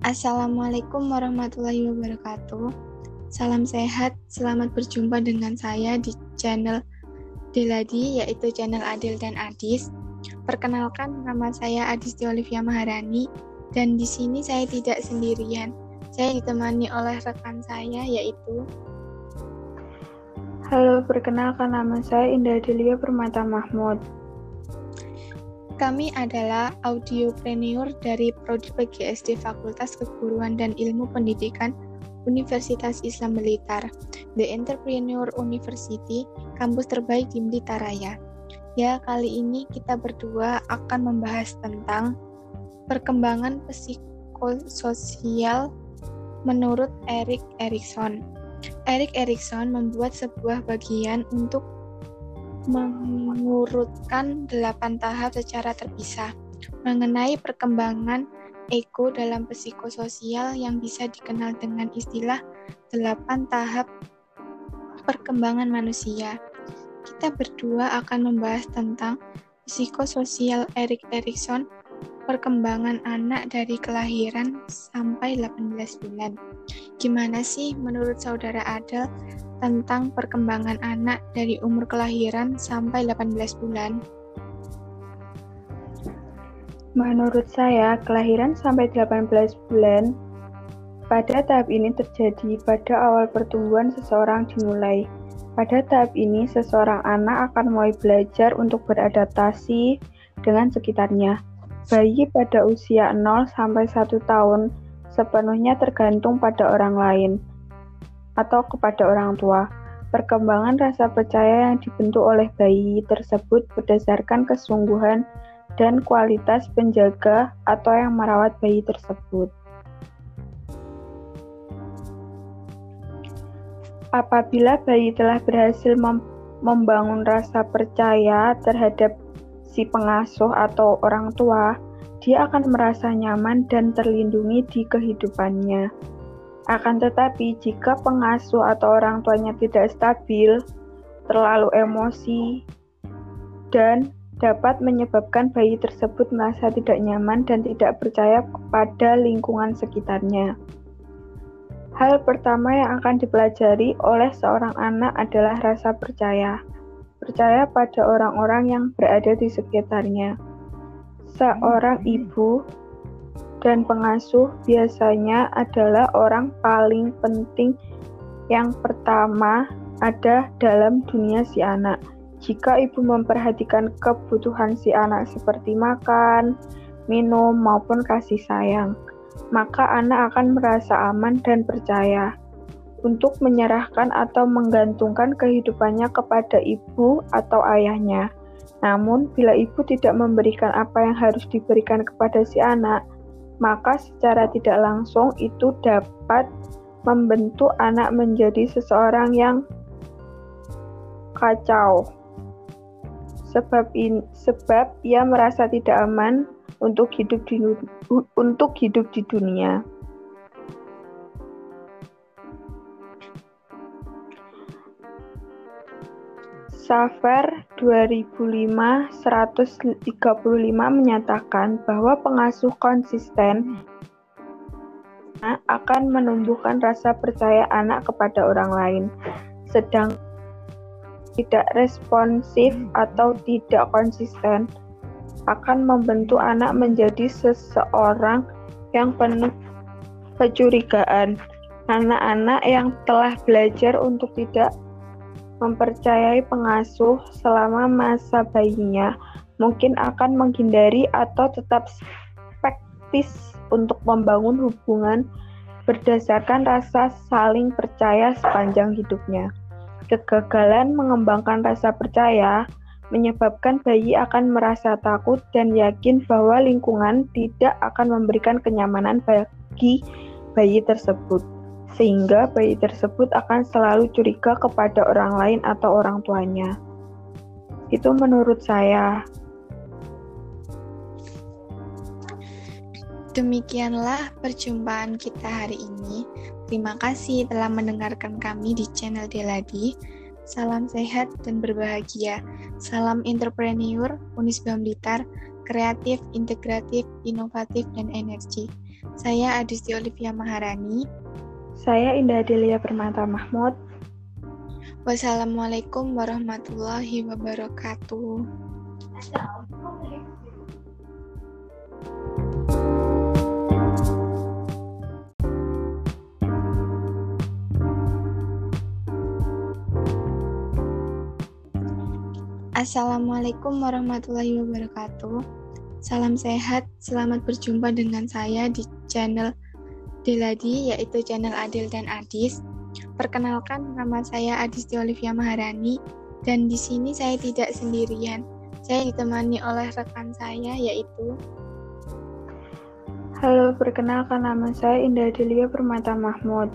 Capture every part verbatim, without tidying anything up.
Assalamualaikum warahmatullahi wabarakatuh. Salam sehat, selamat berjumpa dengan saya di channel Deladi, yaitu channel Adil dan Adis. Perkenalkan, nama saya Adisti Olivia Maharani, dan di sini saya tidak sendirian. Saya ditemani oleh rekan saya, yaitu Halo, perkenalkan nama saya Indah Delia Permata Mahmud. Kami adalah audiopreneur dari Prodi P G S D Fakultas Keguruan dan Ilmu Pendidikan Universitas Islam Blitar, The Entrepreneur University, kampus terbaik di Blitar Raya. Ya, kali ini kita berdua akan membahas tentang perkembangan psikososial menurut Erik Erikson. Erik Erikson membuat sebuah bagian untuk mengurutkan delapan tahap secara terpisah mengenai perkembangan ego dalam psikososial yang bisa dikenal dengan istilah delapan tahap perkembangan manusia. Kita berdua akan membahas tentang psikososial Erik Erikson, perkembangan anak dari kelahiran sampai delapan belas bulan. Gimana sih menurut saudara Adel tentang perkembangan anak dari umur kelahiran sampai delapan belas bulan? Menurut saya, kelahiran sampai delapan belas bulan pada tahap ini terjadi pada awal pertumbuhan seseorang dimulai. Pada tahap ini, seseorang anak akan mulai belajar untuk beradaptasi dengan sekitarnya. Bayi pada usia nol sampai satu tahun sepenuhnya tergantung pada orang lain atau kepada orang tua. Perkembangan rasa percaya yang dibentuk oleh bayi tersebut berdasarkan kesungguhan dan kualitas penjaga atau yang merawat bayi tersebut. Apabila bayi telah berhasil mem- membangun rasa percaya terhadap si pengasuh atau orang tua, dia akan merasa nyaman dan terlindungi di kehidupannya. Akan tetapi, jika pengasuh atau orang tuanya tidak stabil, terlalu emosi, dan dapat menyebabkan bayi tersebut merasa tidak nyaman dan tidak percaya kepada lingkungan sekitarnya. Hal pertama yang akan dipelajari oleh seorang anak adalah rasa percaya. Percaya pada orang-orang yang berada di sekitarnya. Seorang ibu dan pengasuh biasanya adalah orang paling penting yang pertama ada dalam dunia si anak. Jika ibu memperhatikan kebutuhan si anak seperti makan, minum, maupun kasih sayang, maka anak akan merasa aman dan percaya untuk menyerahkan atau menggantungkan kehidupannya kepada ibu atau ayahnya. Namun, bila ibu tidak memberikan apa yang harus diberikan kepada si anak, maka secara tidak langsung itu dapat membentuk anak menjadi seseorang yang kacau. Sebab in, sebab ia merasa tidak aman untuk hidup di untuk hidup di dunia. Saver dua ribu lima seratus tiga puluh lima menyatakan bahwa pengasuh konsisten akan menumbuhkan rasa percaya anak kepada orang lain, sedang tidak responsif atau tidak konsisten akan membentuk anak menjadi seseorang yang penuh kecurigaan. Anak-anak yang telah belajar untuk tidak mempercayai pengasuh selama masa bayinya mungkin akan menghindari atau tetap skeptis untuk membangun hubungan berdasarkan rasa saling percaya sepanjang hidupnya. Kegagalan mengembangkan rasa percaya menyebabkan bayi akan merasa takut dan yakin bahwa lingkungan tidak akan memberikan kenyamanan bagi bayi tersebut, sehingga bayi tersebut akan selalu curiga kepada orang lain atau orang tuanya. Itu menurut saya. Demikianlah perjumpaan kita hari ini. Terima kasih telah mendengarkan kami di channel Deladi. Salam sehat dan berbahagia. Salam entrepreneur Unisba Blitar. kreatif, integratif, inovatif, dan energi. Saya Adisti Olivia Maharani. Saya Indah Delia Permata Mahmud. Wassalamualaikum warahmatullahi wabarakatuh. Assalamualaikum warahmatullahi wabarakatuh. Salam sehat, selamat berjumpa dengan saya di channel Deladi, yaitu channel Adil dan Adis. Perkenalkan, nama saya Adisti Olivia Maharani, dan di sini saya tidak sendirian. Saya ditemani oleh rekan saya, yaitu Halo, perkenalkan nama saya Indah Delia Permata Mahmud.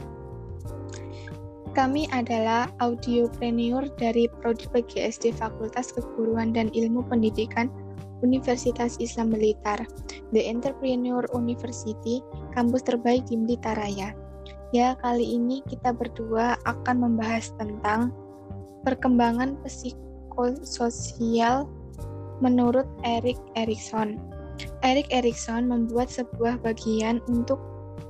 Kami adalah audiopreneur dari Prodi P G S D Fakultas Keguruan dan Ilmu Pendidikan Universitas Islam Blitar, The Entrepreneur University, kampus terbaik di Blitar Raya. Ya, kali ini kita berdua akan membahas tentang perkembangan psikososial menurut Erik Erikson. Erik Erikson membuat sebuah bagian untuk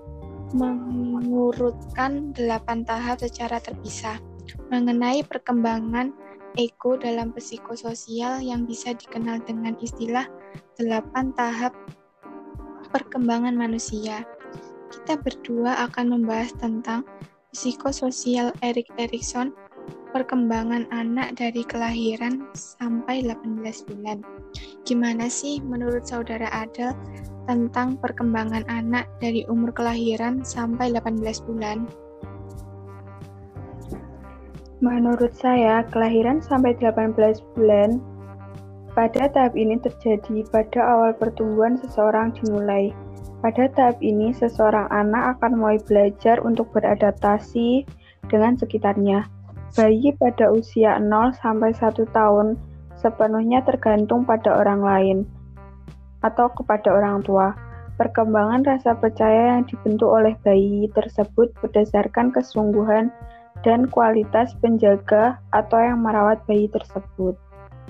mengurutkan delapan tahap secara terpisah mengenai perkembangan ego dalam psikososial yang bisa dikenal dengan istilah delapan tahap perkembangan manusia. Kita berdua akan membahas tentang psikososial Erik Erikson, perkembangan anak dari kelahiran sampai delapan belas bulan. Gimana sih menurut saudara Adel tentang perkembangan anak dari umur kelahiran sampai delapan belas bulan? Menurut saya, kelahiran sampai delapan belas bulan pada tahap ini terjadi pada awal pertumbuhan seseorang dimulai. Pada tahap ini, seseorang anak akan mulai belajar untuk beradaptasi dengan sekitarnya. Bayi pada usia nol sampai satu tahun sepenuhnya tergantung pada orang lain atau kepada orang tua. Perkembangan rasa percaya yang dibentuk oleh bayi tersebut berdasarkan kesungguhan dan kualitas penjaga atau yang merawat bayi tersebut.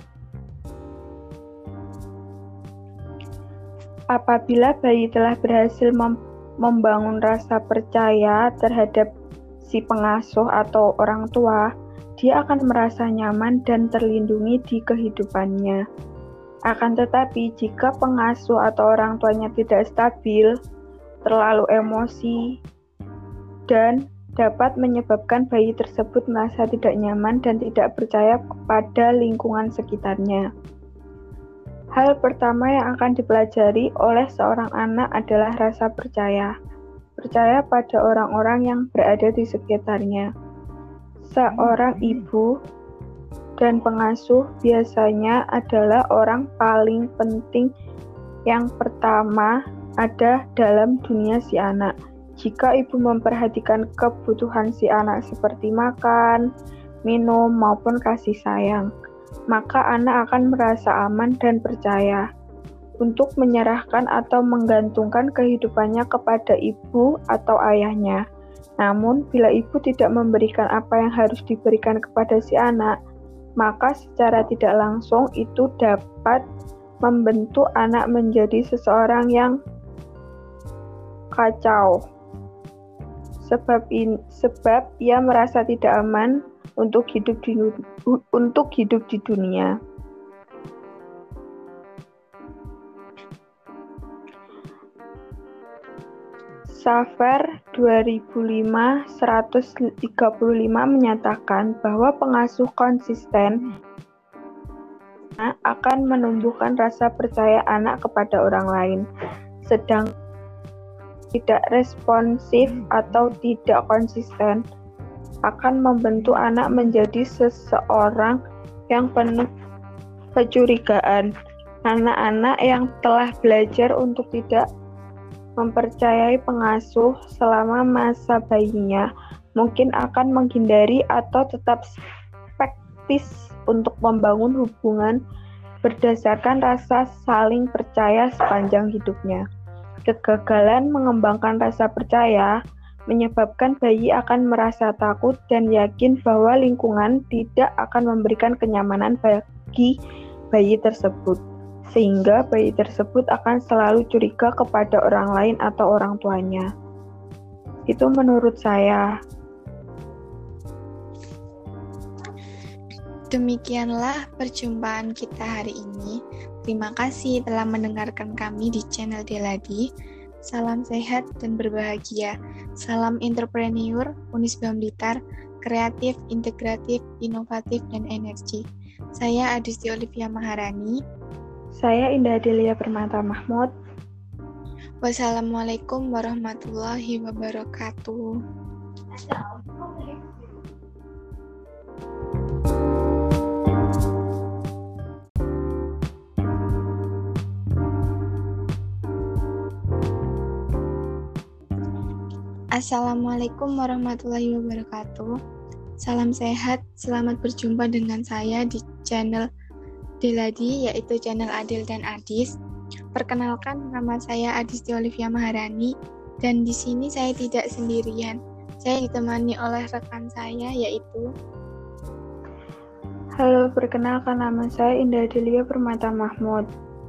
Apabila bayi telah berhasil mem- membangun rasa percaya terhadap si pengasuh atau orang tua, dia akan merasa nyaman dan terlindungi di kehidupannya. Akan tetapi, jika pengasuh atau orang tuanya tidak stabil, terlalu emosi, dan dapat menyebabkan bayi tersebut merasa tidak nyaman dan tidak percaya pada lingkungan sekitarnya. Hal pertama yang akan dipelajari oleh seorang anak adalah rasa percaya. Percaya pada orang-orang yang berada di sekitarnya. Seorang ibu dan pengasuh biasanya adalah orang paling penting yang pertama ada dalam dunia si anak. Jika ibu memperhatikan kebutuhan si anak seperti makan, minum, maupun kasih sayang, maka anak akan merasa aman dan percaya untuk menyerahkan atau menggantungkan kehidupannya kepada ibu atau ayahnya. Namun, bila ibu tidak memberikan apa yang harus diberikan kepada si anak, maka secara tidak langsung itu dapat membentuk anak menjadi seseorang yang kacau. Sebab in, sebab ia merasa tidak aman untuk hidup di untuk hidup di dunia. Saver dua ribu lima seratus tiga puluh lima menyatakan bahwa pengasuh konsisten akan menumbuhkan rasa percaya anak kepada orang lain, sedang tidak responsif atau tidak konsisten akan membentuk anak menjadi seseorang yang penuh kecurigaan. Anak-anak yang telah belajar untuk tidak mempercayai pengasuh selama masa bayinya mungkin akan menghindari atau tetap skeptis untuk membangun hubungan berdasarkan rasa saling percaya sepanjang hidupnya. Kegagalan mengembangkan rasa percaya menyebabkan bayi akan merasa takut dan yakin bahwa lingkungan tidak akan memberikan kenyamanan bagi bayi tersebut. sehingga bayi tersebut akan selalu curiga kepada orang lain atau orang tuanya. Itu menurut saya. Demikianlah perjumpaan kita hari ini. Terima kasih telah mendengarkan kami di channel Deladi. Salam sehat dan berbahagia. Salam entrepreneur, Unisba Blitar, kreatif, integratif, inovatif, dan energi. Saya Adisti Olivia Maharani. Saya Indah Delia Permata Mahmud. Wassalamualaikum warahmatullahi wabarakatuh. Assalamualaikum warahmatullahi wabarakatuh. Salam sehat, selamat berjumpa dengan saya di channel Deladi, yaitu channel Adil dan Adis. Perkenalkan, nama saya Adisti Olivia Maharani, dan di sini saya tidak sendirian. Saya ditemani oleh rekan saya, yaitu Halo, perkenalkan nama saya Indah Delia Permata Mahmud.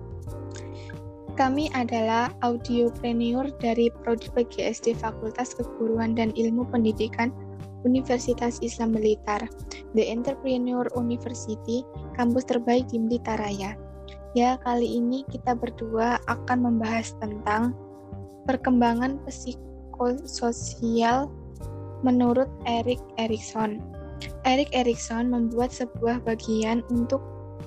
Kami adalah audiopreneur dari Prodi P G S D Fakultas Keguruan dan Ilmu Pendidikan Universitas Islam Blitar, The Entrepreneur University, kampus terbaik di Blitar Raya. Ya, kali ini kita berdua akan membahas tentang perkembangan psikososial menurut Erik Erikson. Erik Erikson membuat sebuah bagian untuk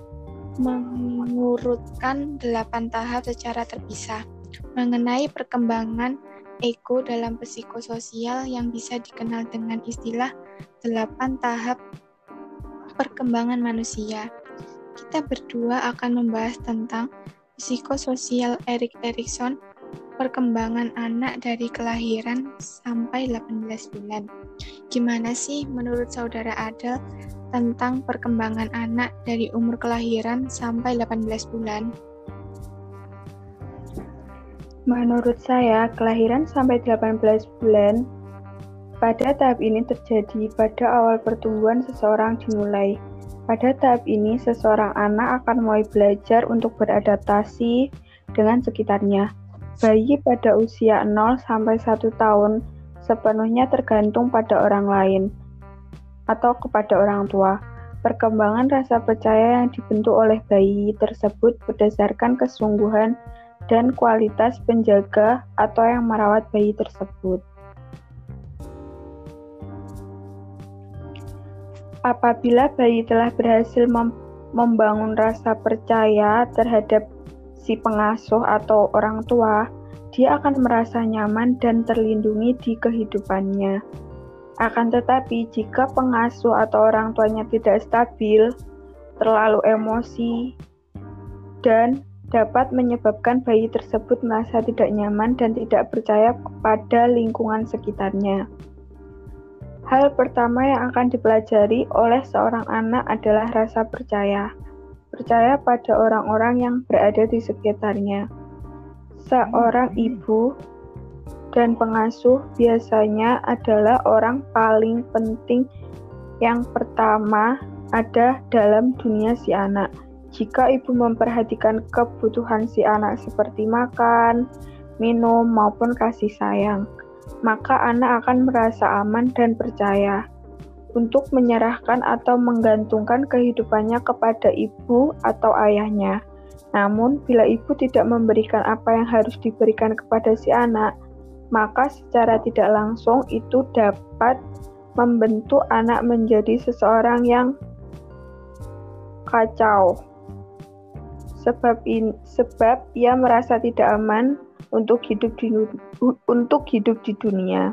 mengurutkan delapan tahap secara terpisah mengenai perkembangan ego dalam psikososial yang bisa dikenal dengan istilah delapan tahap perkembangan manusia. Kita berdua akan membahas tentang psikososial Erik Erikson, perkembangan anak dari kelahiran sampai delapan belas bulan. Gimana sih menurut Saudara Adel tentang perkembangan anak dari umur kelahiran sampai delapan belas bulan? Menurut saya, kelahiran sampai delapan belas bulan pada tahap ini terjadi pada awal pertumbuhan seseorang dimulai. Pada tahap ini, seseorang anak akan mulai belajar untuk beradaptasi dengan sekitarnya. Bayi pada usia nol sampai satu tahun sepenuhnya tergantung pada orang lain atau kepada orang tua. Perkembangan rasa percaya yang dibentuk oleh bayi tersebut berdasarkan kesungguhan dan kualitas penjaga atau yang merawat bayi tersebut. Apabila bayi telah berhasil mem- membangun rasa percaya terhadap si pengasuh atau orang tua, dia akan merasa nyaman dan terlindungi di kehidupannya. Akan tetapi, jika pengasuh atau orang tuanya tidak stabil, terlalu emosi, dan dapat menyebabkan bayi tersebut merasa tidak nyaman dan tidak percaya pada lingkungan sekitarnya. Hal pertama yang akan dipelajari oleh seorang anak adalah rasa percaya. Percaya pada orang-orang yang berada di sekitarnya. Seorang ibu dan pengasuh biasanya adalah orang paling penting yang pertama ada dalam dunia si anak. Jika ibu memperhatikan kebutuhan si anak seperti makan, minum, maupun kasih sayang, maka anak akan merasa aman dan percaya untuk menyerahkan atau menggantungkan kehidupannya kepada ibu atau ayahnya. Namun, bila ibu tidak memberikan apa yang harus diberikan kepada si anak, maka secara tidak langsung itu dapat membentuk anak menjadi seseorang yang kacau. Sebab in, sebab ia merasa tidak aman untuk hidup di untuk hidup di dunia.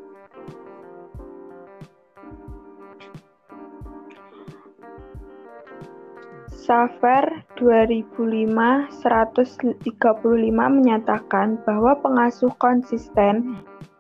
Saver dua ribu lima seratus tiga puluh lima menyatakan bahwa pengasuh konsisten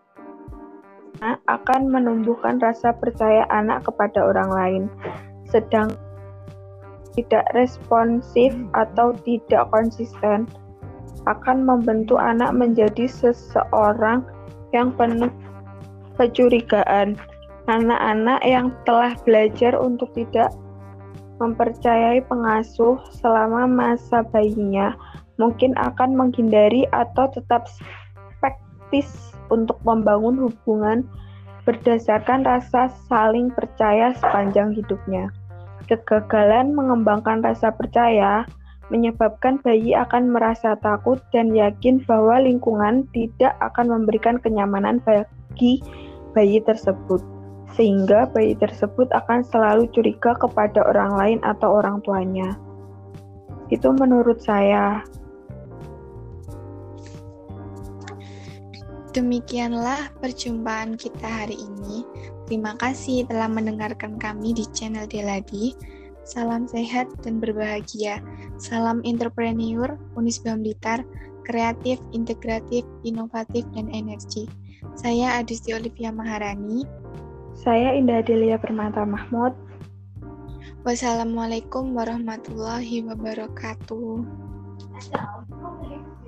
akan menumbuhkan rasa percaya anak kepada orang lain, sedang tidak responsif atau tidak konsisten akan membentuk anak menjadi seseorang yang penuh kecurigaan. Anak-anak yang telah belajar untuk tidak mempercayai pengasuh selama masa bayinya mungkin akan menghindari atau tetap skeptis untuk membangun hubungan berdasarkan rasa saling percaya sepanjang hidupnya. Kegagalan mengembangkan rasa percaya menyebabkan bayi akan merasa takut dan yakin bahwa lingkungan tidak akan memberikan kenyamanan bagi bayi tersebut, sehingga bayi tersebut akan selalu curiga kepada orang lain atau orang tuanya. Itu menurut saya. Demikianlah perjumpaan kita hari ini. Terima kasih telah mendengarkan kami di channel Deladi. Salam sehat dan berbahagia. Salam entrepreneur, Unisba Blitar, kreatif, integratif, inovatif, dan energi. Saya Adisti Olivia Maharani. Saya Indah Delia Permata Mahmud. Wassalamualaikum warahmatullahi wabarakatuh.